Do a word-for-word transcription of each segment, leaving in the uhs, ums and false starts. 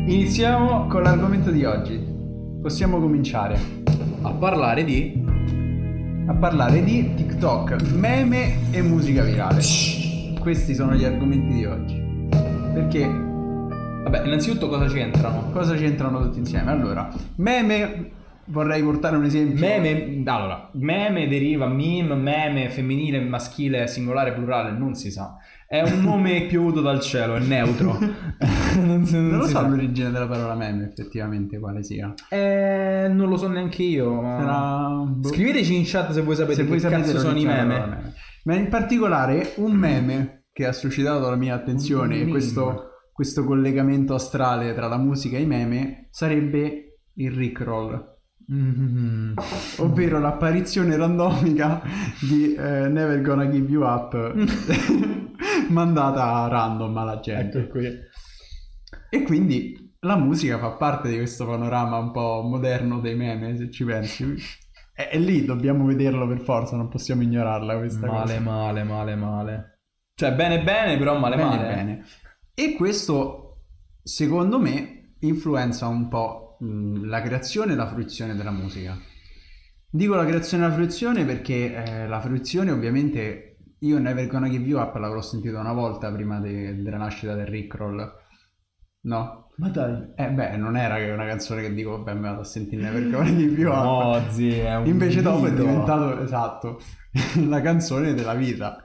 Iniziamo con l'argomento di oggi. Possiamo cominciare a parlare di a parlare di TikTok, meme e musica virale. Questi sono gli argomenti di oggi. Perché, vabbè, innanzitutto cosa c'entrano? Cosa c'entrano tutti insieme? Allora, meme, vorrei portare un esempio. Meme, allora, meme deriva meme, meme, femminile, maschile, singolare, plurale, non si sa. È un nome piovuto dal cielo, è neutro. non, si, non, non lo so sa. L'origine della parola meme, effettivamente, quale sia. Eh, non lo so neanche io. Ma... Sarà... Scriveteci in chat se voi sapete se che voi sapete cazzo sono i meme. meme. Ma in particolare un meme che ha suscitato la mia attenzione e questo, questo collegamento astrale tra la musica e i meme sarebbe il Rickroll. Mm-hmm. Ovvero l'apparizione randomica di eh, Never Gonna Give You Up mandata random alla gente. Ecco qui. E quindi la musica fa parte di questo panorama un po' moderno dei meme, se ci pensi. È, è lì, dobbiamo vederlo per forza, non possiamo ignorarla questa male, cosa. Male, male, male. Cioè bene bene, però male bene, male. Bene. E questo, secondo me, influenza un po' mh, la creazione e la fruizione della musica. Dico la creazione e la fruizione perché eh, la fruizione ovviamente... Io Never Gonna Give You Up l'avrò sentito una volta prima de- della nascita del Rickroll. No? Ma dai. Eh beh, non era che una canzone che dico, vabbè, me vado a sentire Never Gonna Give You Up. No, zio, è un Invece dopo mito. è diventato, esatto, la canzone della vita.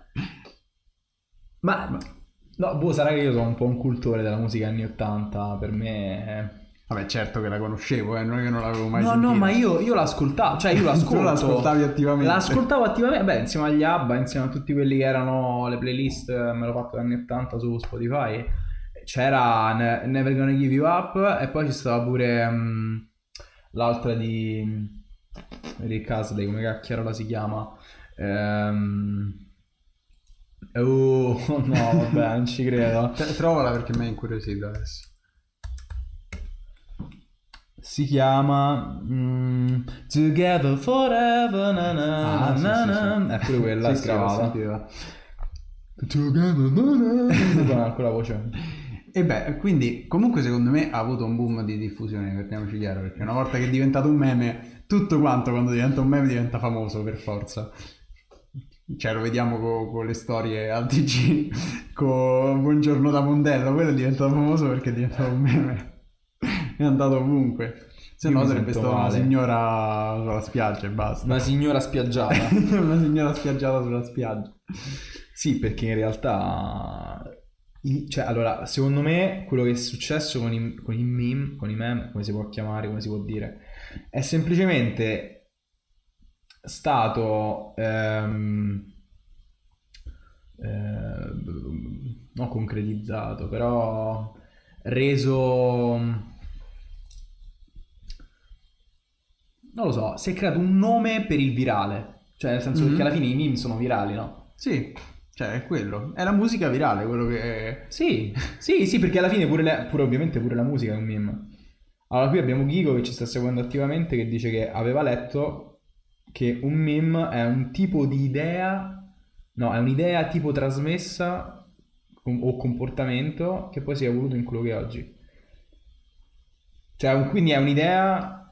Ma, ma... no, boh, sarà che io sono un po' un cultore della musica anni ottanta, per me... Vabbè, certo che la conoscevo, eh, non è che non l'avevo mai no, sentita. No, no, ma io, io l'ascoltavo, cioè io l'ascolto. Tu l'ascoltavi attivamente. L'ascoltavo attivamente, beh, insieme agli ABBA, insieme a tutti quelli che erano le playlist, me l'ho fatto negli anni ottanta su Spotify. C'era ne- Never Gonna Give You Up e poi ci stava pure um, l'altra di Rick Astley, come cacchio la si chiama? Um... Oh, no, vabbè, non ci credo. Trovala perché mi è incuriosito adesso. Si chiama mm, Together Forever na na, ah, na, na, sì, sì, sì. È pure quella sì, scravata Together Forever con la voce. E beh, quindi comunque secondo me ha avuto un boom di diffusione, parliamoci chiaro, perché una volta che è diventato un meme, tutto quanto quando diventa un meme diventa famoso per forza. Cioè lo vediamo con, con le storie al T G, con Buongiorno da Mondello, quello è diventato famoso perché è diventato un meme. È andato ovunque. Se no sarebbe stata una signora sulla spiaggia e basta. Una signora spiaggiata. Una signora spiaggiata sulla spiaggia. Sì, perché in realtà cioè allora secondo me quello che è successo con i, con i meme, con i meme, come si può chiamare, come si può dire, è semplicemente stato ehm, eh, non concretizzato, però reso, non lo so, si è creato un nome per il virale, cioè nel senso mm-hmm. perché alla fine i meme sono virali, no? Sì, cioè è quello, è la musica virale quello che è... Sì, sì, sì, perché alla fine pure, le, pure ovviamente pure la musica è un meme. Allora qui abbiamo Ghigo che ci sta seguendo attivamente, che dice che aveva letto che un meme è un tipo di idea, no, è un'idea tipo trasmessa o comportamento che poi si è evoluto in quello che è oggi. Cioè quindi è un'idea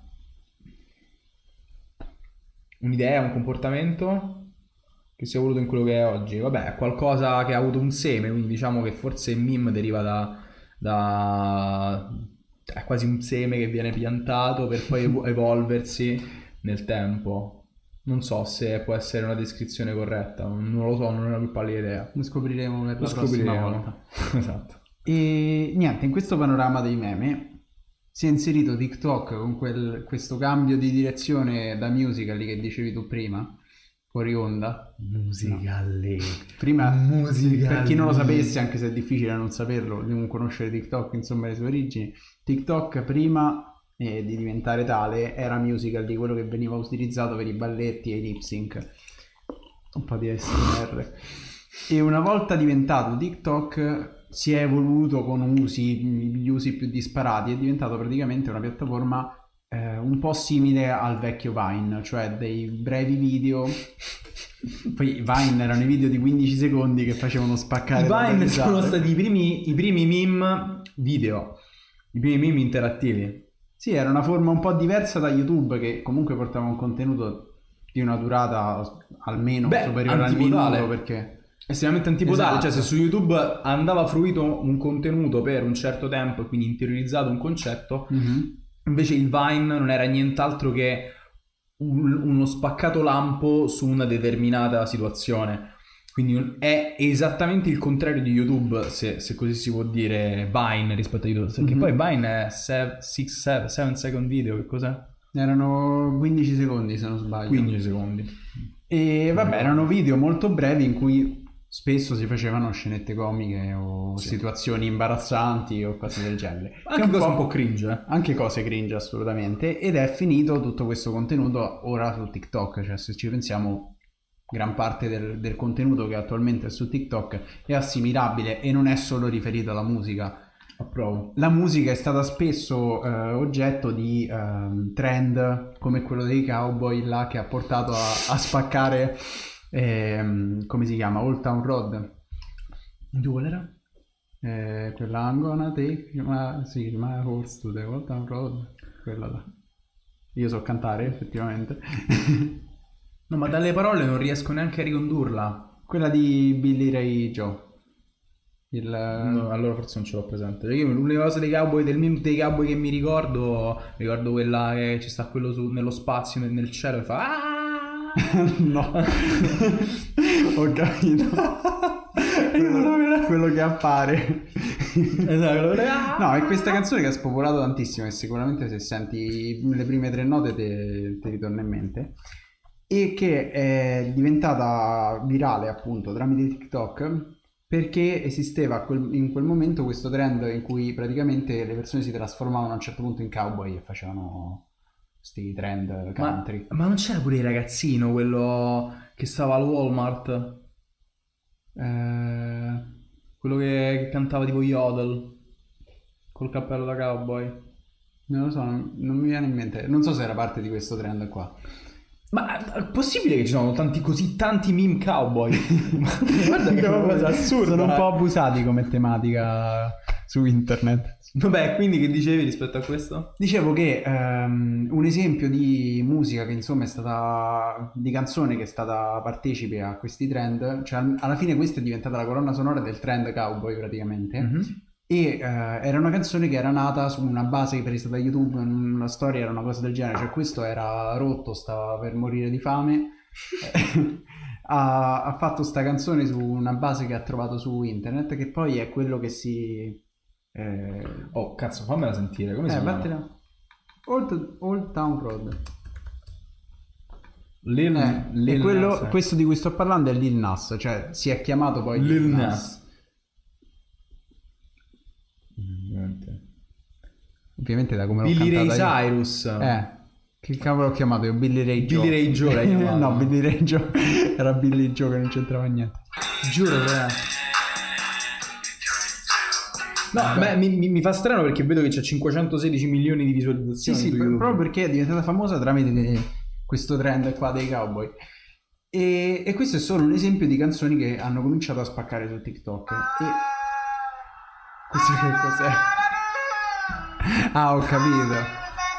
un'idea, un comportamento che si è evoluto in quello che è oggi. Vabbè, è qualcosa che ha avuto un seme, quindi diciamo che forse il meme deriva da, da è quasi un seme che viene piantato per poi evolversi nel tempo. Non so se può essere una descrizione corretta, non lo so, non ho la più pallida idea. Lo scopriremo per lo la scopriremo. prossima volta. Esatto. E niente, in questo panorama dei meme si è inserito TikTok con quel, questo cambio di direzione da musical che dicevi tu prima, fuori onda. Musical.ly. No. Prima, Musical.ly. Per chi non lo sapesse, anche se è difficile non saperlo, non conoscere TikTok, insomma le sue origini, TikTok prima eh, di diventare tale era Musical.ly, quello che veniva utilizzato per i balletti e i lip sync, un po' di A S M R. E una volta diventato TikTok si è evoluto con usi, gli usi più disparati, è diventato praticamente una piattaforma eh, un po' simile al vecchio Vine, cioè dei brevi video. Poi Vine erano i video di quindici secondi che facevano spaccare. I Vine sono stati i primi, i primi meme video. I primi meme interattivi. Sì, era una forma un po' diversa da YouTube, che comunque portava un contenuto di una durata almeno Beh, superiore al antipodale. minuto, perché... Estremamente antipodale, Esatto. cioè se su YouTube andava fruito un contenuto per un certo tempo e quindi interiorizzato un concetto, Mhm. invece il Vine non era nient'altro che un- uno spaccato lampo su una determinata situazione. Quindi è esattamente il contrario di YouTube, se, se così si può dire, Vine rispetto a YouTube. Perché Mhm. poi Vine è sei second video, che cos'è? Erano quindici secondi, se non sbaglio. quindici secondi. E vabbè, erano video molto brevi in cui spesso si facevano scenette comiche o Sì. situazioni imbarazzanti o cose del genere. Che è Anche cose un po' cringe, eh. Anche cose cringe, assolutamente. Ed è finito tutto questo contenuto ora su TikTok. Cioè, se ci pensiamo, gran parte del, del contenuto che attualmente è su TikTok è assimilabile e non è solo riferito alla musica. Approvo. La musica è stata spesso eh, oggetto di ehm, trend come quello dei cowboy là, che ha portato a, a spaccare, ehm, come si chiama, Old Town Road. Di qual era? Eh, quella I'm gonna take my, sì, my horse to the Old Town Road, quella là. Io so cantare, effettivamente. No, ma dalle parole non riesco neanche a ricondurla. Quella di Billy Ray Joe. Il... No, allora forse non ce l'ho presente. Cioè, io l'unica cosa dei cowboy, del meme dei cowboy che mi ricordo, ricordo quella che ci sta quello su, nello spazio, nel, nel cielo, e fa "Ah!" No. Ho capito. quello, quello che appare. Esatto, quello che- "Ah!" No, è questa canzone che ha spopolato tantissimo e sicuramente se senti le prime tre note te, ti ritorna in mente, e che è diventata virale appunto tramite TikTok perché esisteva quel- in quel momento questo trend in cui praticamente le persone si trasformavano a un certo punto in cowboy e facevano questi trend Ma, country. ma non c'era pure il ragazzino, quello che stava al Walmart? Eh, Quello che, che cantava tipo Yodel, col cappello da cowboy. non lo so, non, non mi viene in mente. Non so se era parte di questo trend qua. Ma è possibile che ci sono tanti, così tanti meme cowboy? Guarda che è una cosa assurda. Sono un eh. po' abusati come tematica su internet. Vabbè, quindi che dicevi rispetto a questo? Dicevo che ehm, un esempio di musica che insomma è stata, di canzone che è stata partecipe a questi trend, cioè al- alla fine questa è diventata la colonna sonora del trend cowboy praticamente, Mhm. e eh, era una canzone che era nata su una base presa da YouTube, una storia era una cosa del genere, cioè questo era rotto, stava per morire di fame, ha, ha fatto sta canzone su una base che ha trovato su internet, che poi è quello che si... Eh, Oh, cazzo, fammela sentire, come si eh, chiama? vattene. Old, Old Town Road. Lil, Eh, Lil e quello- Nas, eh. questo di cui sto parlando è Lil Nas, cioè si è chiamato poi Lil Nas. Ovviamente. Ovviamente da come l'ho Billy Ray cantata io. Cyrus. Eh, che cavolo ho chiamato io? Billy Ray Joe. Billy Ray Joe l'hai chiamato. No, Billy Ray Joe. Era Billy Joe che non c'entrava niente. Giuro, eh. No, beh, mi, mi- mi fa strano perché vedo che c'è cinquecentosedici milioni di Sì, visualizzazioni sì, su pro- YouTube. proprio perché è diventata famosa tramite le- questo trend qua dei cowboy. E, e questo è solo un esempio di canzoni che hanno cominciato a spaccare su TikTok. E... Questo che cos'è? Ah, ho capito.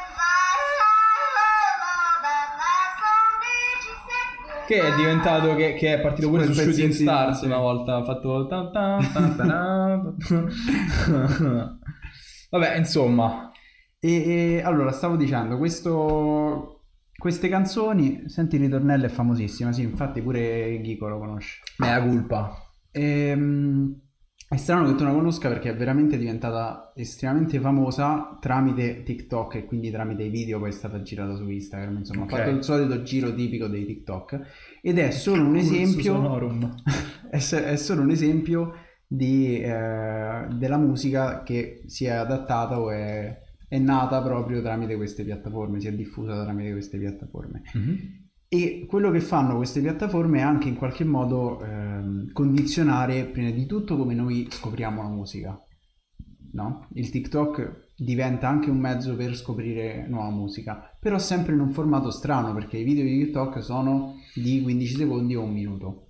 Che è diventato, che, che è partito pure Quel su Shooting pezzettino, Stars sì. una volta, ha fatto tan tan tan tan tan. Vabbè, insomma, E, e allora stavo dicendo, questo, queste canzoni, senti il ritornello è famosissima, sì, infatti pure Ghico lo conosce. mea culpa. Ehm, è strano che tu la conosca perché è veramente diventata estremamente famosa tramite TikTok e quindi tramite i video, poi è stata girata su Instagram, insomma, Ok. ha fatto il solito giro tipico dei TikTok ed è solo un esempio, Sonorum. è, se- è solo un esempio di, eh, della musica che si è adattata o è, è nata proprio tramite queste piattaforme, si è diffusa tramite queste piattaforme. Mhm. E quello che fanno queste piattaforme è anche in qualche modo ehm, condizionare prima di tutto come noi scopriamo la musica, no? Il TikTok diventa anche un mezzo per scoprire nuova musica, però sempre in un formato strano perché i video di TikTok sono di quindici secondi o un minuto,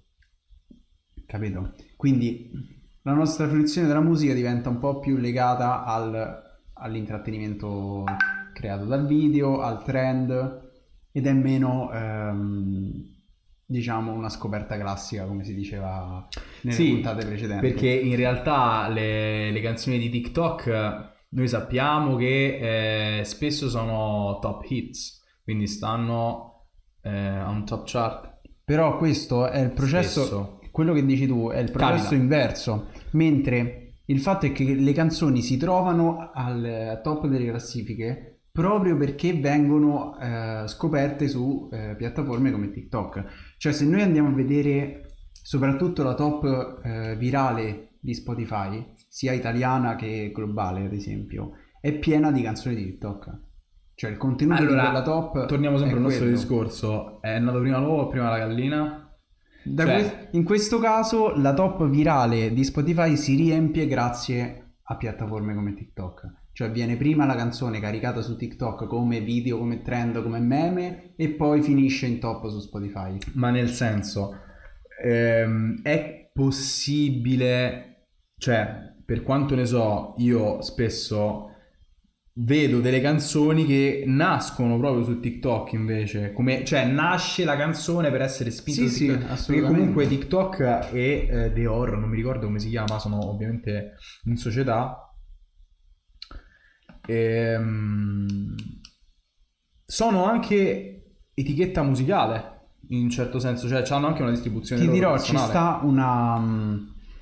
capito? Quindi la nostra fruizione della musica diventa un po' più legata al all'intrattenimento creato dal video, al trend, ed è meno ehm, diciamo una scoperta classica, come si diceva nelle Sì, puntate precedenti. perché in realtà le, le canzoni di TikTok noi sappiamo che eh, spesso sono top hits, quindi stanno eh, a un top chart. Però questo è il processo, Spesso. quello che dici tu è il processo Capita. inverso, mentre il fatto è che le canzoni si trovano al top delle classifiche proprio perché vengono eh, scoperte su eh, piattaforme come TikTok. Cioè, se noi andiamo a vedere soprattutto la top eh, virale di Spotify, sia italiana che globale ad esempio, è piena di canzoni di TikTok. Cioè il contenuto di quella top torniamo sempre è al nostro quello. discorso. È nato prima l'uovo o prima la gallina? Da Cioè- que- in questo caso la top virale di Spotify si riempie grazie a piattaforme come TikTok. Cioè viene prima la canzone caricata su TikTok come video, come trend, come meme e poi finisce in top su Spotify. Ma nel senso, ehm, è possibile, cioè, per quanto ne so, io spesso vedo delle canzoni che nascono proprio su TikTok invece, come, cioè nasce la canzone per essere spinta Sì, su sì, TikTok, perché assolutamente. comunque TikTok e eh, The Horror, non mi ricordo come si chiama, sono ovviamente in società. Ehm, sono anche etichetta musicale in un certo senso, cioè hanno anche una distribuzione Ti loro dirò, ci personale. sta una, mm,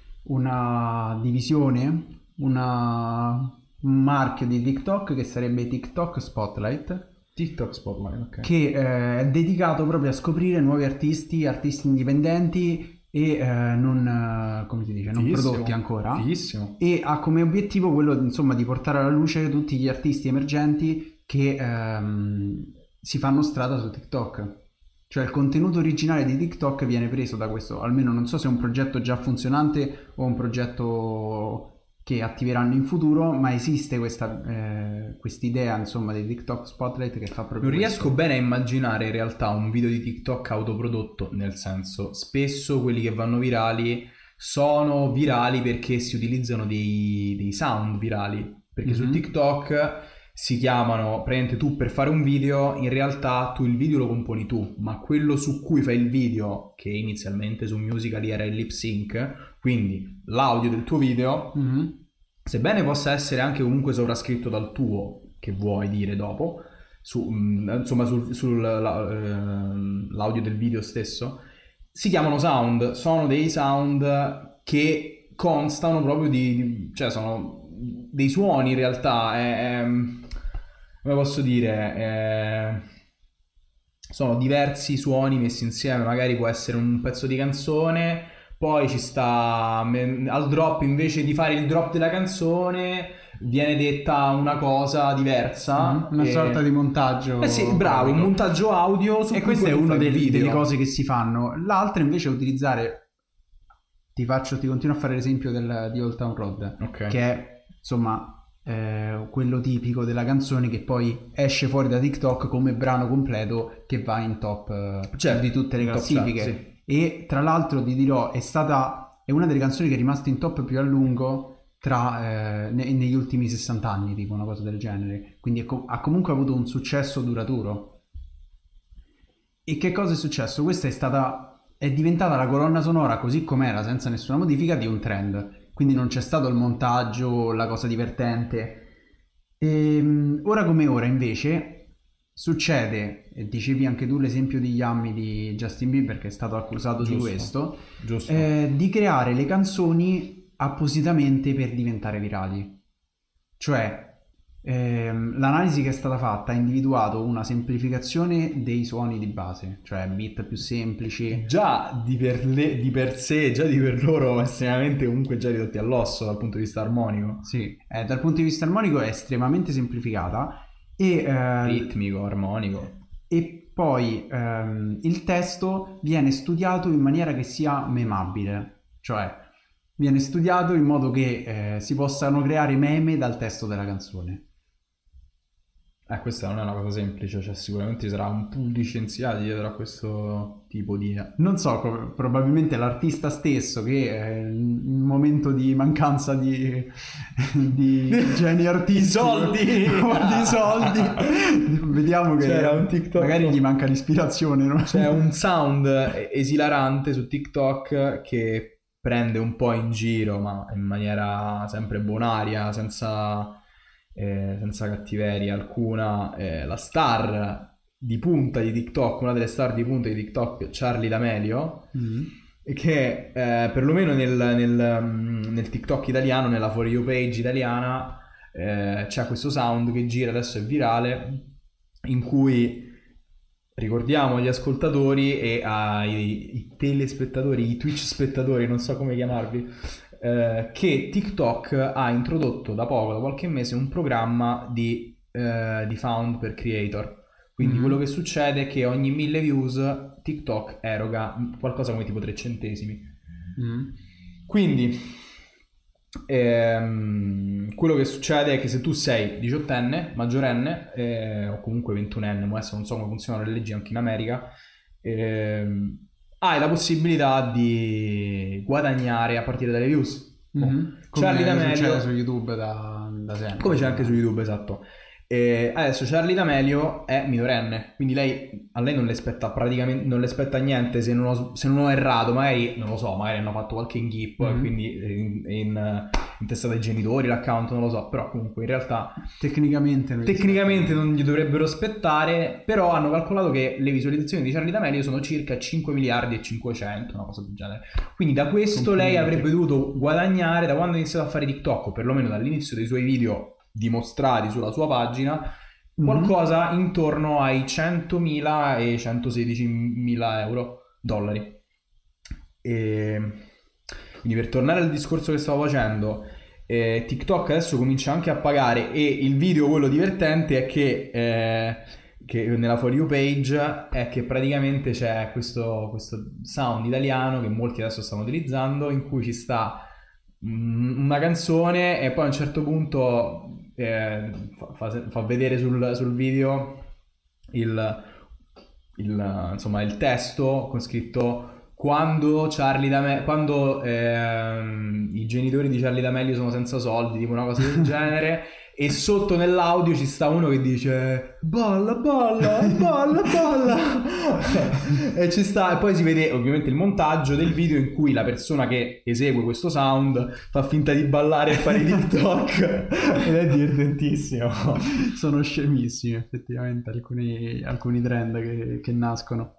una divisione, una, un marchio di TikTok che sarebbe TikTok Spotlight, TikTok Spotlight, ok. che eh, è dedicato proprio a scoprire nuovi artisti, artisti indipendenti e eh, non, eh, come si dice, non Fighissimo, prodotti ancora. Fighissimo. E ha come obiettivo quello insomma di portare alla luce tutti gli artisti emergenti che ehm, si fanno strada su TikTok. Cioè il contenuto originale di TikTok viene preso da questo, almeno non so se è un progetto già funzionante o un progetto che attiveranno in futuro, ma esiste questa eh, quest'idea insomma di TikTok Spotlight che fa proprio Non questo. riesco bene a immaginare in realtà un video di TikTok autoprodotto, nel senso, spesso quelli che vanno virali sono virali perché si utilizzano dei, dei sound virali, perché Mhm. su TikTok si chiamano, praticamente tu per fare un video, in realtà tu il video lo componi tu, ma quello su cui fai il video, che inizialmente su Musical.ly era il lip sync, quindi l'audio del tuo video, Mhm. sebbene possa essere anche comunque sovrascritto dal tuo, che vuoi dire dopo, su, mh, insomma sul, sul la- ehm, l'audio del video stesso, si chiamano sound, sono dei sound che constano proprio di, di- cioè sono dei suoni in realtà, è- è- come posso dire, è- sono diversi suoni messi insieme, magari può essere un pezzo di canzone, poi ci sta me- al drop, invece di fare il drop della canzone viene detta una cosa diversa. Mhm. Una e- sorta di montaggio. Eh sì, bravo, un montaggio audio su E cui questa è poi tu una fai il delle, video. delle cose che si fanno. L'altra invece è utilizzare, ti faccio, ti continuo a fare l'esempio del, di Old Town Road, Ok. che è insomma eh, quello tipico della canzone che poi esce fuori da TikTok come brano completo che va in top eh, Certo, di tutte le in top classifiche. chart, sì. E tra l'altro ti dirò, è stata è una delle canzoni che è rimasta in top più a lungo tra, eh, ne- negli ultimi sessanta anni, tipo una cosa del genere. Quindi è co- ha comunque avuto un successo duraturo. E che cosa è successo? Questa è stata è diventata la colonna sonora così com'era, senza nessuna modifica, di un trend. Quindi non c'è stato il montaggio, la cosa divertente. Ehm, ora come ora invece succede, e dicevi anche tu l'esempio di Yummy di Justin Bieber che è stato accusato di Giusto, questo, giusto. eh, di creare le canzoni appositamente per diventare virali. Cioè ehm, l'analisi che è stata fatta ha individuato una semplificazione dei suoni di base, cioè beat più semplici. Già di per, le- di per sé, già di per loro estremamente comunque già ridotti all'osso dal punto di vista armonico. Sì, eh, dal punto di vista armonico è estremamente semplificata e, eh, Ritmico, armonico. e poi ehm, il testo viene studiato in maniera che sia memabile, cioè viene studiato in modo che eh, si possano creare meme dal testo della canzone. Eh, questa non è una cosa semplice, cioè sicuramente ci sarà un pool di scienziati dietro a questo tipo di... Non so, come- probabilmente l'artista stesso che eh, in un momento di mancanza di, di geni artistici soldi! o di soldi, vediamo che C'era un TikTok- magari gli manca l'ispirazione, no? C'è un sound esilarante su TikTok che prende un po' in giro, ma in maniera sempre bonaria, senza, eh, senza cattiveria alcuna, eh, la star di punta di TikTok, una delle star di punta di TikTok, Charli D'Amelio, Mm. che eh, perlomeno nel, nel, mm, nel TikTok italiano, nella For You page italiana, eh, c'è questo sound che gira, adesso è virale, in cui ricordiamo agli ascoltatori e ai i telespettatori, i Twitch spettatori, non so come chiamarvi, eh, che TikTok ha introdotto da poco, da qualche mese, un programma di, eh, di Found per Creator. Quindi Mhm. quello che succede è che ogni mille views TikTok eroga qualcosa come tipo tre centesimi. Mm. Quindi ehm, quello che succede è che se tu sei diciottenne, maggiorenne, eh, o comunque ventunenne, ma adesso non so come funzionano le leggi anche in America, ehm, hai la possibilità di guadagnare a partire dalle views. Mhm. Charli Come D'Amelio, succede su YouTube da, da sempre. come c'è anche su YouTube, esatto. E adesso Charli D'Amelio è minorenne, quindi lei, a lei non le spetta praticamente non le spetta niente se non ho, se non ho errato, magari non lo so, magari hanno fatto qualche inghip, Mhm. quindi in, in, in testa dei genitori l'account, non lo so, però comunque in realtà Tecnicamente non gli tecnicamente non gli dovrebbero spettare, però hanno calcolato che le visualizzazioni di Charli D'Amelio sono circa cinque miliardi e cinquecento, una cosa del genere. Quindi da questo lei Complimenti. avrebbe dovuto guadagnare da quando ha iniziato a fare TikTok, o perlomeno dall'inizio dei suoi video dimostrati sulla sua pagina, Mhm. qualcosa intorno ai centomila e centosedicimila euro, dollari. E quindi per tornare al discorso che stavo facendo, eh, TikTok adesso comincia anche a pagare, e il video, quello divertente, è che, eh, che nella For You page è che praticamente c'è questo, questo sound italiano che molti adesso stanno utilizzando, in cui ci sta mm, una canzone e poi a un certo punto eh, fa, fa- fa vedere sul, sul video il, il, insomma, il testo con scritto: quando Charli D'Amelio, quando ehm, i genitori di Charli D'Amelio sono senza soldi, tipo una cosa del genere, e sotto nell'audio ci sta uno che dice balla balla balla balla e ci sta, e poi si vede ovviamente il montaggio del video in cui la persona che esegue questo sound fa finta di ballare e fare TikTok ed è divertentissimo. Sono scemissimi effettivamente alcuni, alcuni trend che, che nascono.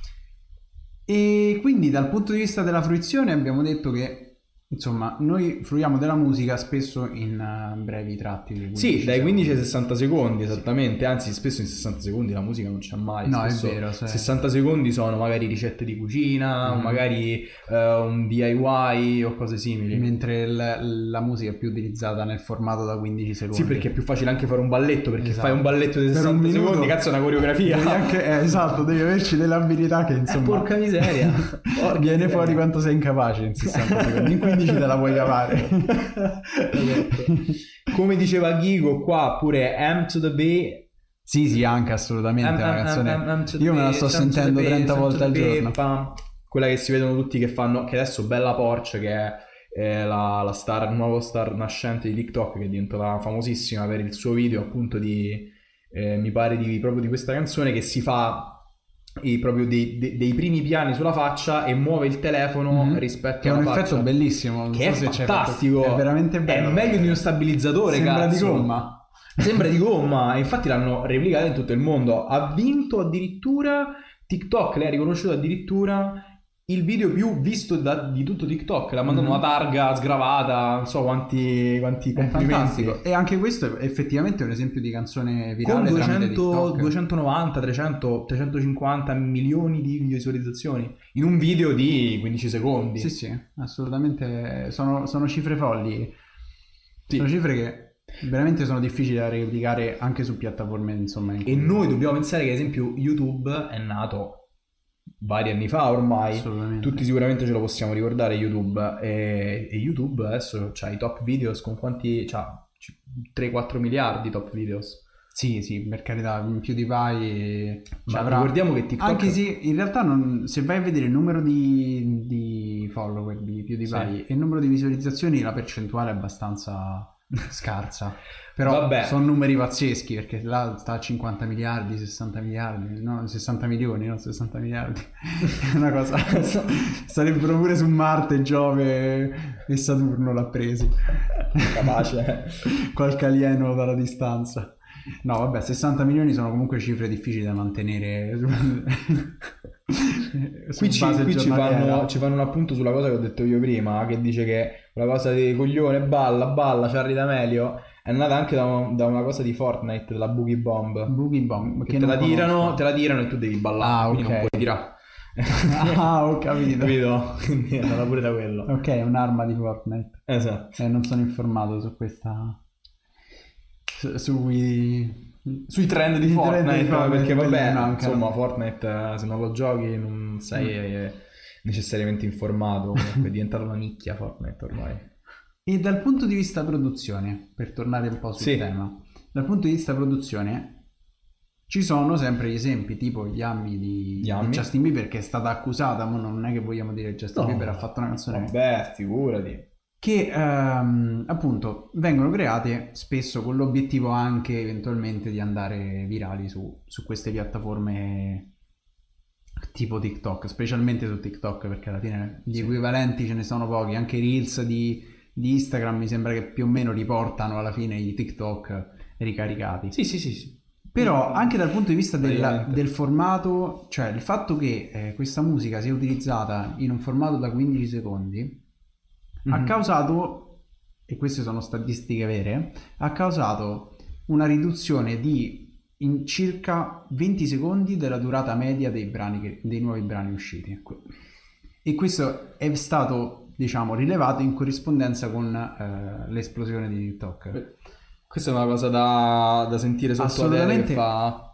E quindi dal punto di vista della fruizione abbiamo detto che insomma noi fruiamo della musica spesso in uh, brevi tratti di Sì, dai quindici ai secondi. sessanta secondi esattamente, anzi spesso in sessanta secondi la musica non c'è mai. No, è Spesso vero, sì. sessanta secondi sono magari ricette di cucina, o Mhm. magari eh, un D I Y o cose simili. Mentre il- la musica è più utilizzata nel formato da quindici secondi. Sì, perché è più facile anche fare un balletto, perché Esatto. fai un balletto di Per un sessanta minuto secondi, cazzo è una coreografia. Devi anche, eh, esatto, devi averci delle abilità che Eh, insomma porca miseria. Porca viene miseria. fuori quanto sei incapace in sessanta secondi, in quindici te la puoi cavare. Esatto. Come diceva Ghigo qua, pure M to the B. Sì, sì, anche assolutamente una canzone. Io me la sto sentendo trenta volte al giorno. Pam. Quella che si vedono tutti che fanno, che adesso Bella Porsche, che è eh, la, la star, il nuovo star nascente di TikTok, che è diventata famosissima per il suo video appunto di, eh, mi pare di, proprio di questa canzone, che si fa i, proprio dei, dei, dei primi piani sulla faccia e muove il telefono Mhm. rispetto Che è alla un faccia. effetto bellissimo. non Che so è se ci hai fantastico, fatto- È veramente bello. è meglio di uno stabilizzatore. Sembra cazzo. di gomma. Sembra di gomma, infatti l'hanno replicato in tutto il mondo. Ha vinto addirittura TikTok, lei ha riconosciuto addirittura il video più visto da- di tutto TikTok. L'ha mandato Mhm. una targa sgravata, non so quanti, quanti È complimenti. fantastico. E anche questo è effettivamente un esempio di canzone virale Con tramite duecento, TikTok. duecentonovanta, trecento, trecentocinquanta milioni di visualizzazioni in un video di quindici secondi. Sì, sì, assolutamente. Sono, sono cifre folli. Sì. Sono cifre che veramente sono difficili da replicare anche su piattaforme, insomma. in E cui- noi dobbiamo pensare che, ad esempio, YouTube è nato vari anni fa ormai. Assolutamente. Tutti sicuramente ce lo possiamo ricordare YouTube. E, e YouTube adesso c'ha i top videos con quanti? C'ha tre quattro miliardi top videos. Sì, sì, per carità, PewDiePie ci Ma avrà. ricordiamo che TikTok... Anche se in realtà non, se vai a vedere il numero di, di follower di PewDiePie Sì. e il numero di visualizzazioni, la percentuale è abbastanza scarsa. Però Vabbè. sono numeri pazzeschi, perché là sta a cinquanta miliardi, sessanta miliardi, no, sessanta milioni, no, sessanta miliardi. È una cosa... Sarebbero pure su Marte, Giove e Saturno l'ha presi. Capace. Qualche alieno dalla distanza. No, vabbè, sessanta milioni sono comunque cifre difficili da mantenere su Qui, ci, base qui ci, giornaliera. fanno, ci fanno un appunto sulla cosa che ho detto io prima, che dice che la cosa di coglione, balla, balla, Charlie D'Amelio, è nata anche da, un- da una cosa di Fortnite, della Boogie Bomb. Boogie Bomb, Che che te non la tirano, conosco. te la tirano e tu devi ballare, Ah, quindi ok. non puoi tirare. Ah, ho capito. Capito? Quindi è andata pure da quello. Ok, è un'arma di Fortnite. Esatto. Eh, non sono informato su questa... su- sui... Sui trend di I Fortnite, trend di Fortnite, perché quelli vabbè, mancano. insomma, Fortnite eh, se non lo giochi non sei eh, necessariamente informato, comunque è diventata una nicchia Fortnite ormai. E dal punto di vista produzione, per tornare un po' sul Sì. tema, dal punto di vista produzione ci sono sempre gli esempi, tipo Yummy di, Yummy. di Justin Bieber, che è stata accusata, ma non è che vogliamo dire che Justin No. Bieber ha fatto una canzone Vabbè, figurati. che ehm, appunto vengono create spesso con l'obiettivo anche eventualmente di andare virali su, su queste piattaforme tipo TikTok, specialmente su TikTok, perché alla fine gli Sì. equivalenti ce ne sono pochi, anche i Reels di, di Instagram mi sembra che più o meno riportano alla fine i TikTok ricaricati. Sì, sì, sì, sì. Però anche dal punto di vista del, Praticamente. del formato, cioè il fatto che eh, questa musica sia utilizzata in un formato da quindici secondi ha Mhm. causato, e queste sono statistiche vere, ha causato una riduzione di in circa venti secondi della durata media dei brani che- dei nuovi brani usciti. E questo è stato, diciamo, rilevato in corrispondenza con eh, l'esplosione di TikTok. Questa è una cosa da, da sentire sotto Adele che Assolutamente. fa...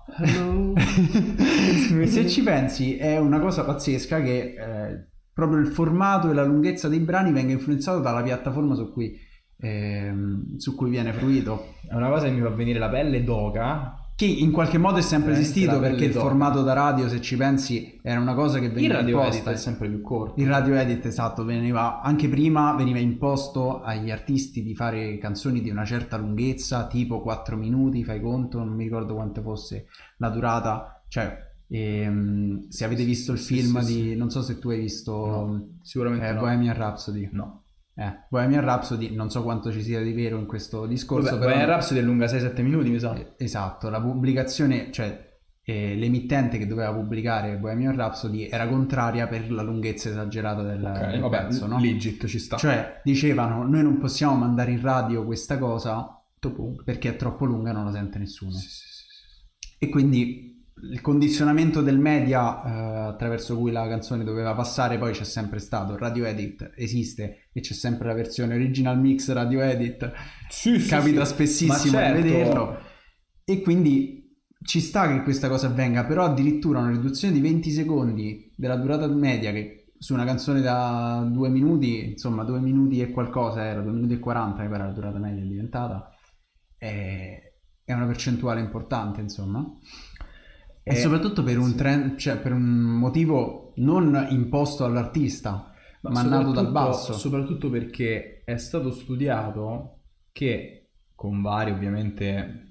Se ci pensi è una cosa pazzesca che eh, proprio il formato e la lunghezza dei brani venga influenzato dalla piattaforma su cui, ehm, su cui viene fruito, È una cosa che mi fa venire la pelle d'oca. che in qualche modo è sempre Veramente esistito, la pelle perché il d'oca. formato da radio, se ci pensi, era una cosa che Il veniva radio edit imposta. è sempre più corto. Il radio edit, esatto, veniva anche prima veniva imposto agli artisti di fare canzoni di una certa lunghezza, tipo quattro minuti, fai conto, non mi ricordo quanto fosse la durata, cioè ehm, se avete visto il Sì, film sì, di, non so se tu hai visto No, sicuramente eh, no. Bohemian Rhapsody. No. Eh, Bohemian Rhapsody, non so quanto ci sia di vero in questo discorso, Vabbè, però Bohemian Rhapsody è lunga sei sette minuti, mi sa. eh, esatto, la pubblicazione, cioè eh, l'emittente che doveva pubblicare Bohemian Rhapsody era contraria per la lunghezza esagerata del, Ok, del vabbè, pezzo, no? legit ci sta. Cioè dicevano noi non possiamo mandare in radio questa cosa perché è troppo lunga e non la sente nessuno. Sì, sì, sì, sì. E quindi il condizionamento del media eh, attraverso cui la canzone doveva passare poi c'è sempre stato. Il radio edit esiste e c'è sempre la versione original mix radio edit, Sì, sì, capita sì. spessissimo Ma certo. di vederlo, e quindi ci sta che questa cosa avvenga, però addirittura una riduzione di venti secondi della durata media, che su una canzone da due minuti, insomma due minuti e qualcosa era, due minuti e quaranta che era la durata media è diventata, è, è una percentuale importante, insomma. E Eh, soprattutto per un sì. trend, cioè per un motivo non imposto all'artista, ma, ma nato dal soprattutto- basso. Soprattutto perché è stato studiato che con varie ovviamente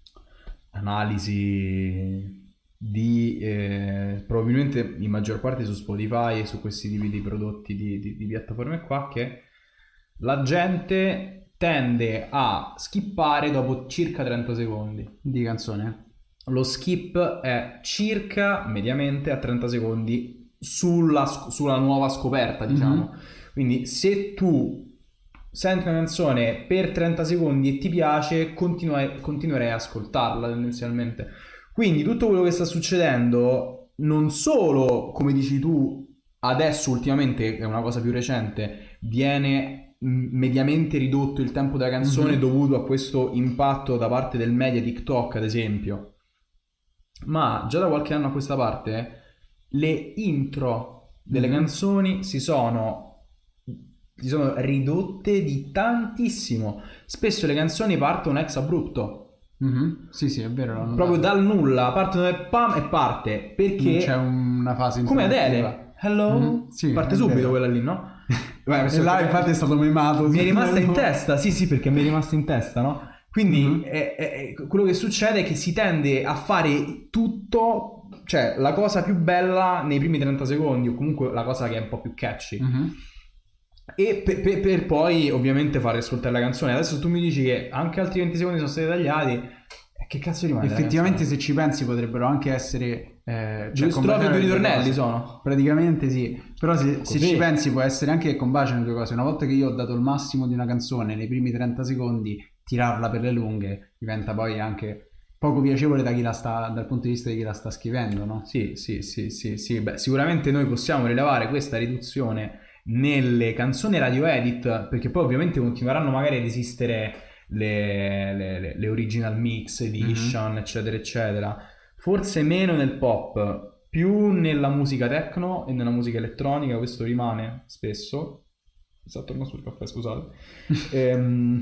analisi di eh, probabilmente in maggior parte su Spotify e su questi tipi di prodotti di, di- di piattaforme qua, che la gente tende a skippare dopo circa trenta secondi. Di canzone. Lo skip è circa mediamente a trenta secondi sulla, sulla nuova scoperta, diciamo. Mhm. Quindi se tu senti una canzone per trenta secondi e ti piace, continua- continuerai a ascoltarla tendenzialmente. Quindi tutto quello che sta succedendo, non solo, come dici tu, adesso ultimamente, è una cosa più recente, viene mh, mediamente ridotto il tempo della canzone Mhm. dovuto a questo impatto da parte del media TikTok, ad esempio. Ma già da qualche anno a questa parte le intro delle Mhm. canzoni si sono, si sono ridotte di tantissimo. Spesso le canzoni partono ex abrupto. Mhm. Sì, sì, è vero. l'ho Proprio notato. dal nulla, partono e pam e parte. Perché Non c'è una fase come introduttiva. Adele, hello, Mhm. Sì, parte è subito vero. quella lì, no? Beh, E là infatti è stato memato. mi è su rimasta in quello. testa, sì, sì, perché mi è rimasta in testa, no? Quindi Mhm. è- è- è- quello che succede è che si tende a fare tutto, cioè la cosa più bella nei primi trenta secondi, o comunque la cosa che è un po' più catchy. Mhm. E per, per- per poi ovviamente fare ascoltare la canzone. Adesso tu mi dici che anche altri venti secondi sono stati tagliati. E che cazzo rimane? della Effettivamente, canzone? se ci pensi, potrebbero anche essere eh, Due cioè, strofe e combaciare due le due ritornelli cose. sono. Praticamente sì. Però se, se Così. ci pensi, può essere anche che combaciano le due cose. Una volta che io ho dato il massimo di una canzone nei primi trenta secondi, tirarla per le lunghe diventa poi anche poco piacevole da chi la sta, dal punto di vista di chi la sta scrivendo, no? Sì, sì, sì, sì, sì. Beh, sicuramente noi possiamo rilevare questa riduzione nelle canzoni radio edit, perché poi ovviamente continueranno magari ad esistere le, le- le- le original mix edition, eccetera, eccetera. Forse meno nel pop, più nella musica techno e nella musica elettronica, questo rimane spesso. Sta tornando sul caffè, scusate. Ehm,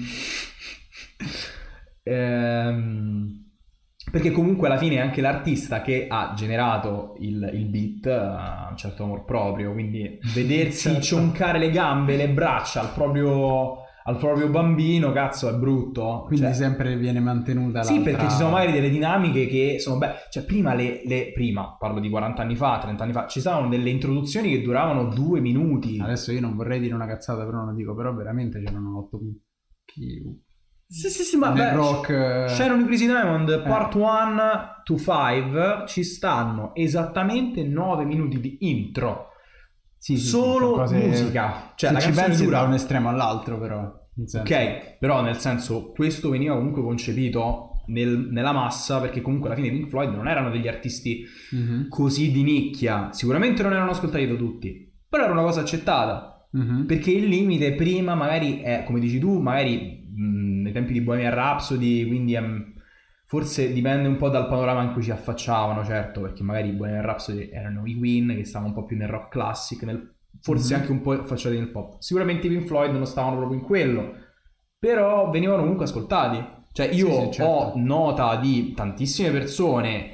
ehm, perché comunque alla fine è anche l'artista che ha generato il, il beat, ha un certo amor proprio, quindi vedersi Certo. cioncare le gambe, le braccia al proprio, al proprio bambino, cazzo, è brutto. Quindi Cioè, sempre viene mantenuta sì, l'altra... perché ci sono magari delle dinamiche che sono belle. Cioè, prima le, le- prima, parlo di quaranta anni fa, trenta anni fa, ci stavano delle introduzioni che duravano due minuti. Adesso io non vorrei dire una cazzata, però non lo dico, però veramente c'erano otto chi... Sì, sì, sì, ma nel beh, rock, eh. Sharon Crazy Diamond Part uno to cinque ci stanno esattamente nove minuti di intro. Sì, sì, sì, Solo sono cose- musica. Cioè, se la ci canzone pensi dura da un estremo all'altro, però. nel senso- Ok, però nel senso questo veniva comunque concepito nel- nella massa, perché comunque alla fine i Pink Floyd non erano degli artisti Mhm. così di nicchia, sicuramente non erano ascoltati da tutti, però era una cosa accettata, Mhm. perché il limite prima magari è, come dici tu, magari mh, nei tempi di Bohemian Rhapsody, quindi ehm, forse dipende un po' dal panorama in cui ci affacciavano, certo, perché magari i Bohemian Rhapsody erano i Queen che stavano un po' più nel rock classic, nel- forse Mhm. anche un po' affacciati nel pop. Sicuramente i Pink Floyd non stavano proprio in quello, però venivano comunque ascoltati. Cioè io Sì, sì, certo. ho nota di tantissime persone,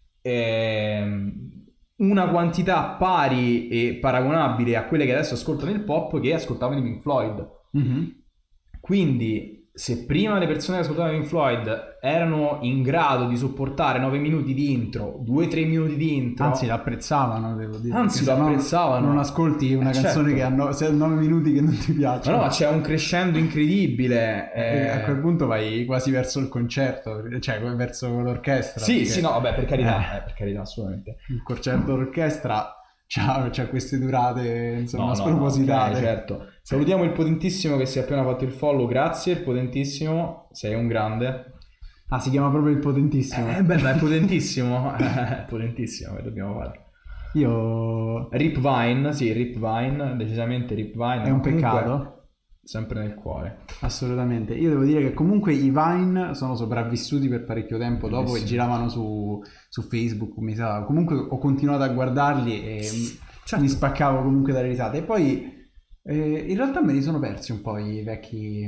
ehm, una quantità pari e paragonabile a quelle che adesso ascoltano il pop, che ascoltavano i Pink Floyd. Mhm. Quindi se prima le persone che ascoltavano Pink Floyd erano in grado di sopportare nove minuti di intro, due tre minuti di intro, Anzi, l'apprezzavano, devo dire. Anzi, perché lo se no apprezzavano. Non ascolti una Eh, canzone certo. che ha no- se ha nove minuti che non ti piace. ma no, ma c'è un crescendo incredibile. E eh. a quel punto vai quasi verso il concerto, cioè verso l'orchestra. Sì, perché- sì, no, vabbè, per carità, Eh. eh, per carità, assolutamente. Il concerto d'orchestra c'ha, c'ha queste durate, insomma, No, no, no, spropositate. ok, certo. Salutiamo il potentissimo che si è appena fatto il follow, grazie, il potentissimo, sei un grande. Ah, si chiama proprio il potentissimo. Eh, beh, ma è potentissimo, è potentissimo, che dobbiamo fare. Io... Rip Vine, sì, Rip Vine, decisamente Rip Vine. È un ma comunque peccato. Sempre nel cuore. Assolutamente. Io devo dire che comunque i Vine sono sopravvissuti per parecchio tempo dopo e Bellissimo. giravano su, su Facebook, mi sa. Comunque ho continuato a guardarli e Certo. mi spaccavo comunque dalle risate. E poi eh, in realtà me li sono persi un po' i vecchi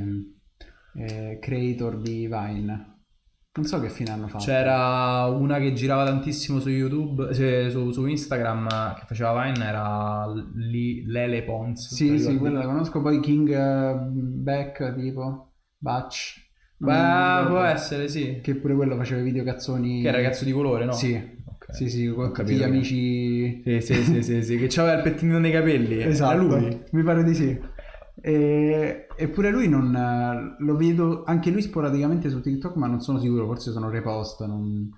eh, creator di Vine. Non so che fine hanno fatto. C'era una che girava tantissimo su YouTube, se- su, su Instagram, che faceva Vine, era Li- Lele Pons. Sì, ti sì, ricordi? quella la conosco. Poi King eh, Beck, tipo Batch. Non mi Beh, ricordo. può essere, sì. Che pure quello faceva video cazzoni. Che è ragazzo di colore, no? Sì, Ok. sì, sì, Ho con tutti capito gli che- amici. Sì, sì, sì, sì, sì, che c'aveva il pettino nei capelli. Esatto, Era lui. mi pare di sì. E, eppure lui non eh, lo vedo anche lui sporadicamente su TikTok, ma non sono sicuro, forse sono repost. Non...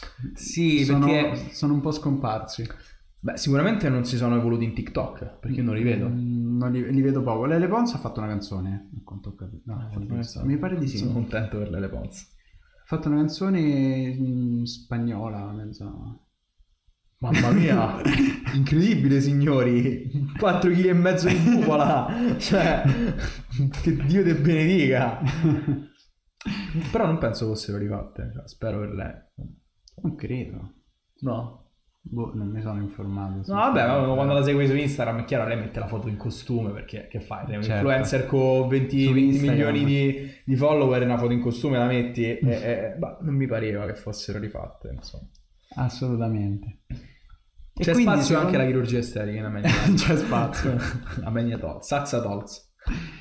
Sì, sono, perché... sono un po' scomparsi. Beh, sicuramente non si sono evoluti in TikTok, perché io non li vedo. Mm, non li, li vedo poco. Lele Pons ha fatto una canzone. a quanto ho capito. No, ha fatto questa- mi pare di sì. Sono contento per Lele Pons. Ha fatto una canzone mm, spagnola, mezzo. Mamma mia, incredibile signori, quattro chili e mezzo di bufala, cioè, che Dio te benedica. Però non penso fossero rifatte, cioè, spero per lei. Non credo. No? Boh, non mi sono informato. No, vabbè, ma quando la segui su Instagram è chiaro, lei mette la foto in costume, perché che fai? Sei un Certo. influencer con venti, Su venti Instagram. milioni di, di follower, una foto in costume la metti e, e bah, non mi pareva che fossero rifatte, insomma. Assolutamente. E C'è quindi, spazio secondo- anche alla chirurgia estetica in America. C'è spazio. La Magneto, Saxa Dolls.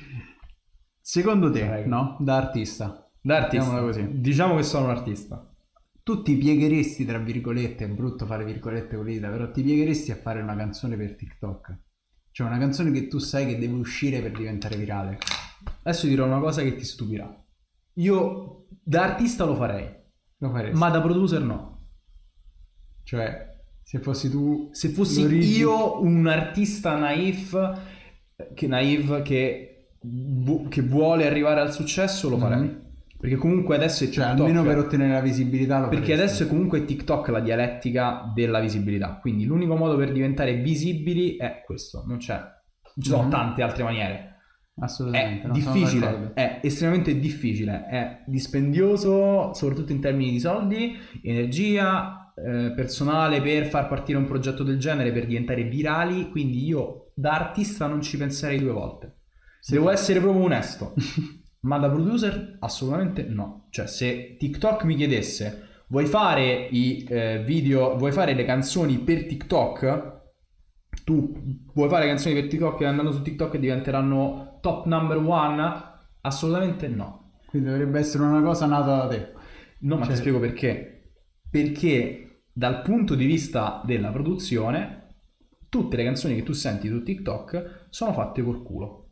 Secondo te, Prego. no? Da artista. Da artista. Mettiamola così. Diciamo che sono un artista. Tu ti piegheresti, tra virgolette, è brutto fare virgolette con l'idea, però ti piegheresti a fare una canzone per TikTok? Cioè una canzone che tu sai che deve uscire per diventare virale. Adesso dirò una cosa che ti stupirà. Io da artista lo farei, Lo faresti? ma da producer no. Cioè, se fossi tu... Se fossi l'origine- io un artista naif che, naive che, vu- che vuole arrivare al successo, lo farei. Mhm. Perché comunque adesso è Cioè, TikTok. almeno per ottenere la visibilità lo Perché faresti. adesso è comunque TikTok la dialettica della visibilità. Quindi l'unico modo per diventare visibili è questo. Non c'è. Non ci sono Mhm. tante altre maniere. Assolutamente. È non sono difficile, d'accordo. è estremamente difficile, è dispendioso soprattutto in termini di soldi, energia, eh, personale per far partire un progetto del genere, per diventare virali, quindi io da artista non ci penserei due volte. Sì. Devo essere proprio onesto, ma da producer assolutamente no. Cioè se TikTok mi chiedesse vuoi fare i eh, video, vuoi fare le canzoni per TikTok? Tu vuoi fare canzoni per TikTok che andranno su TikTok e diventeranno top number one? Assolutamente no. Quindi dovrebbe essere una cosa nata da te. No, ma Cioè- ti spiego perché. Perché dal punto di vista della produzione, tutte le canzoni che tu senti su TikTok sono fatte col culo.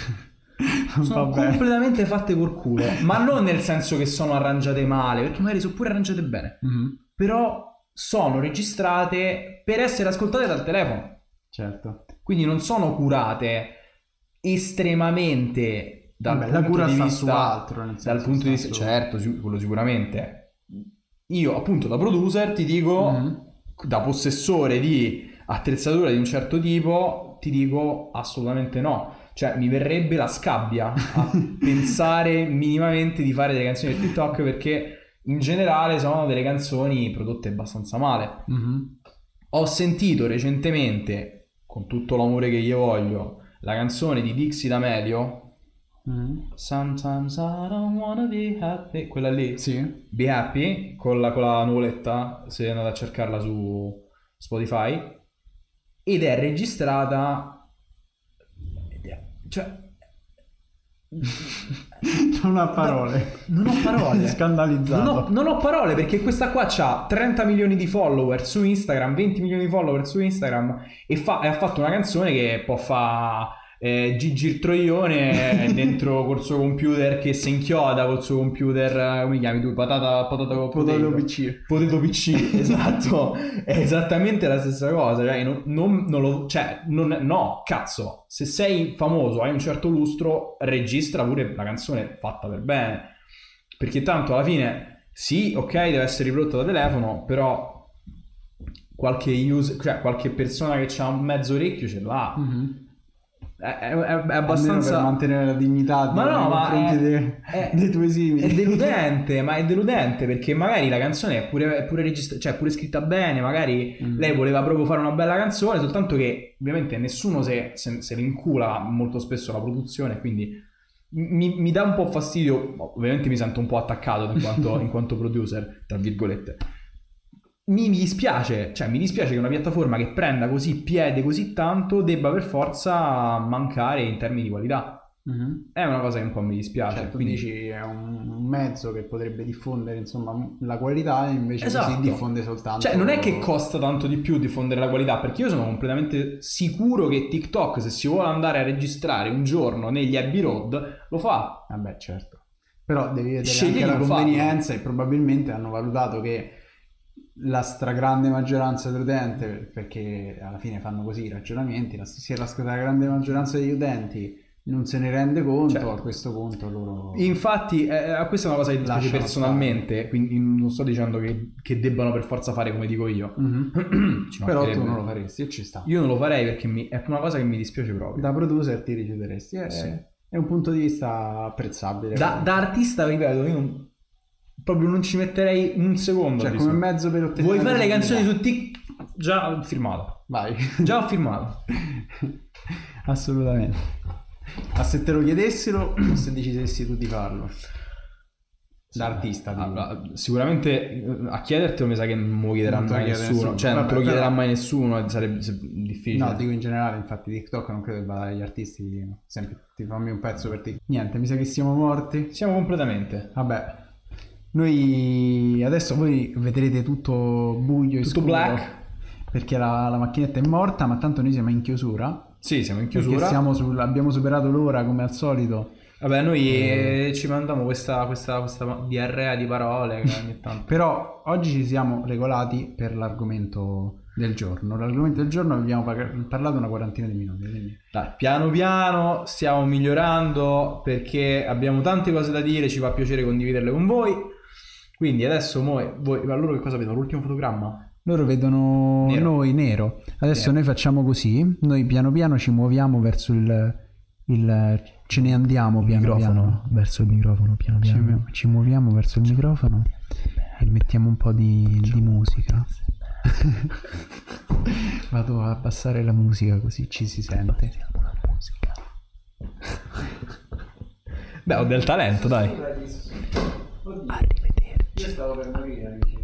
Sono Vabbè. completamente fatte col culo. Ma non nel senso che sono arrangiate male, perché magari sono pure arrangiate bene. Mhm. Però sono registrate per essere ascoltate dal telefono. Certo. Quindi non sono curate estremamente dal Vabbè, la punto cura di sta vista su altro, nel dal senso punto di sta vista su- certo, sic- quello sicuramente. Io appunto da producer ti dico, Mhm. da possessore di attrezzatura di un certo tipo, ti dico assolutamente no. Cioè mi verrebbe la scabbia a pensare minimamente di fare delle canzoni per TikTok, perché in generale sono delle canzoni prodotte abbastanza male. Mhm. Ho sentito recentemente, con tutto l'amore che io voglio, la canzone di Dixie D'Amelio, Mhm. Sometimes I don't wanna be happy, quella lì, Sì. Be Happy, con la, con la nuvoletta, se andate a cercarla su Spotify, ed è registrata, cioè, Non ha parole. non ho parole. Scandalizzato. Non ho, non ho parole, perché questa qua ha trenta milioni di follower su Instagram, venti milioni di follower su Instagram e, fa, e ha fatto una canzone che può fare eh, Gigi il Troione dentro col suo computer che si inchioda col suo computer, eh, come chiami tu? Patata, patata con Potato P C. Potato P C, esatto, è esattamente la stessa cosa, cioè, non, non, non lo, cioè non, no, cazzo, se sei famoso, hai un certo lustro, registra pure la canzone fatta per bene, perché tanto alla fine, sì, ok, deve essere riprodotta da telefono, però qualche user, cioè qualche persona che ha un mezzo orecchio ce l'ha. Mhm. È, è, è Almeno abbastanza per mantenere la dignità ma nei no, ma confronti è- dei, è- dei tuoi simili. è deludente, ma è deludente perché magari la canzone è pure, è pure registrata, cioè è pure scritta bene, magari Mm. lei voleva proprio fare una bella canzone, soltanto che ovviamente nessuno se, se, se vincula molto spesso la produzione, quindi mi, mi dà un po' fastidio, ovviamente mi sento un po' attaccato in quanto, in quanto producer, tra virgolette. Mi, mi dispiace, cioè mi dispiace che una piattaforma che prenda così piede così tanto debba per forza mancare in termini di qualità. Mhm. È una cosa che un po' mi dispiace. Cioè, tu quindi- dici è un mezzo che potrebbe diffondere insomma la qualità e invece Esatto. così diffonde soltanto. Cioè, non è che costa tanto di più diffondere la qualità, perché io sono completamente sicuro che TikTok, se si vuole andare a registrare un giorno negli Abbey Road, lo fa. Vabbè, certo. Però devi vedere Scegli anche di la non convenienza e probabilmente hanno valutato che la stragrande maggioranza dell'utente, perché alla fine fanno così i ragionamenti, la, se la stragrande maggioranza degli utenti non se ne rende conto, Certo. a questo punto loro... Infatti, eh, questa è una cosa che dispiace Lasciano personalmente, quindi non sto dicendo che, che debbano per forza fare come dico io. Mhm. Ci Però tu mancherebbe. non lo faresti e ci sta. Io non lo farei perché mi- è una cosa che mi dispiace proprio. Da producer ti rifiuteresti. È, Sì. è un punto di vista apprezzabile. Da, da artista, ripeto, io non- proprio non ci metterei un secondo. Cioè, di come su- mezzo per ottenere... Vuoi la fare le canzoni visibilità. su TikTok? già firmato. Vai. Già ho firmato. Assolutamente. Ma se te lo chiedessero o se decidessi tu di farlo? Da artista, dico. Allora, sicuramente eh, a chiedertelo mi sa che non me lo chiederà Non te lo mai chiede nessuno. nessuno. Cioè, non te lo Vabbè, chiederà però- mai nessuno, sarebbe se- difficile. No, dico in generale, infatti TikTok non credo che vada agli artisti, ti dicono sempre ti fammi un pezzo per TikTok. Niente, mi sa che siamo morti. Siamo completamente. Vabbè, noi adesso voi vedrete tutto buio e Tutto scuro, black. perché la, la macchinetta è morta, ma tanto noi siamo in chiusura. Sì, siamo in Perché chiusura. siamo sul- abbiamo superato l'ora come al solito. Vabbè, noi eh, ci mandiamo questa, questa, questa diarrea di parole che ogni tanto. Però oggi ci siamo regolati per l'argomento del giorno. L'argomento del giorno abbiamo pag- parlato una quarantina di minuti. Quindi... Dai, piano piano stiamo migliorando perché abbiamo tante cose da dire, ci fa piacere condividerle con voi. Quindi adesso voi, voi ma loro che cosa vedono? L'ultimo fotogramma? Loro vedono Nero. noi nero. Adesso Nero. noi facciamo così. Noi piano piano ci muoviamo verso il... il ce ne andiamo piano microfono. piano verso il microfono. Piano Ci piano. muoviamo. Ci muoviamo verso il microfono e mettiamo un po' di, di musica. Vado a abbassare la musica così ci si sente. Beh, ho del talento, dai. Arrivederci. Io stavo per morire, amici.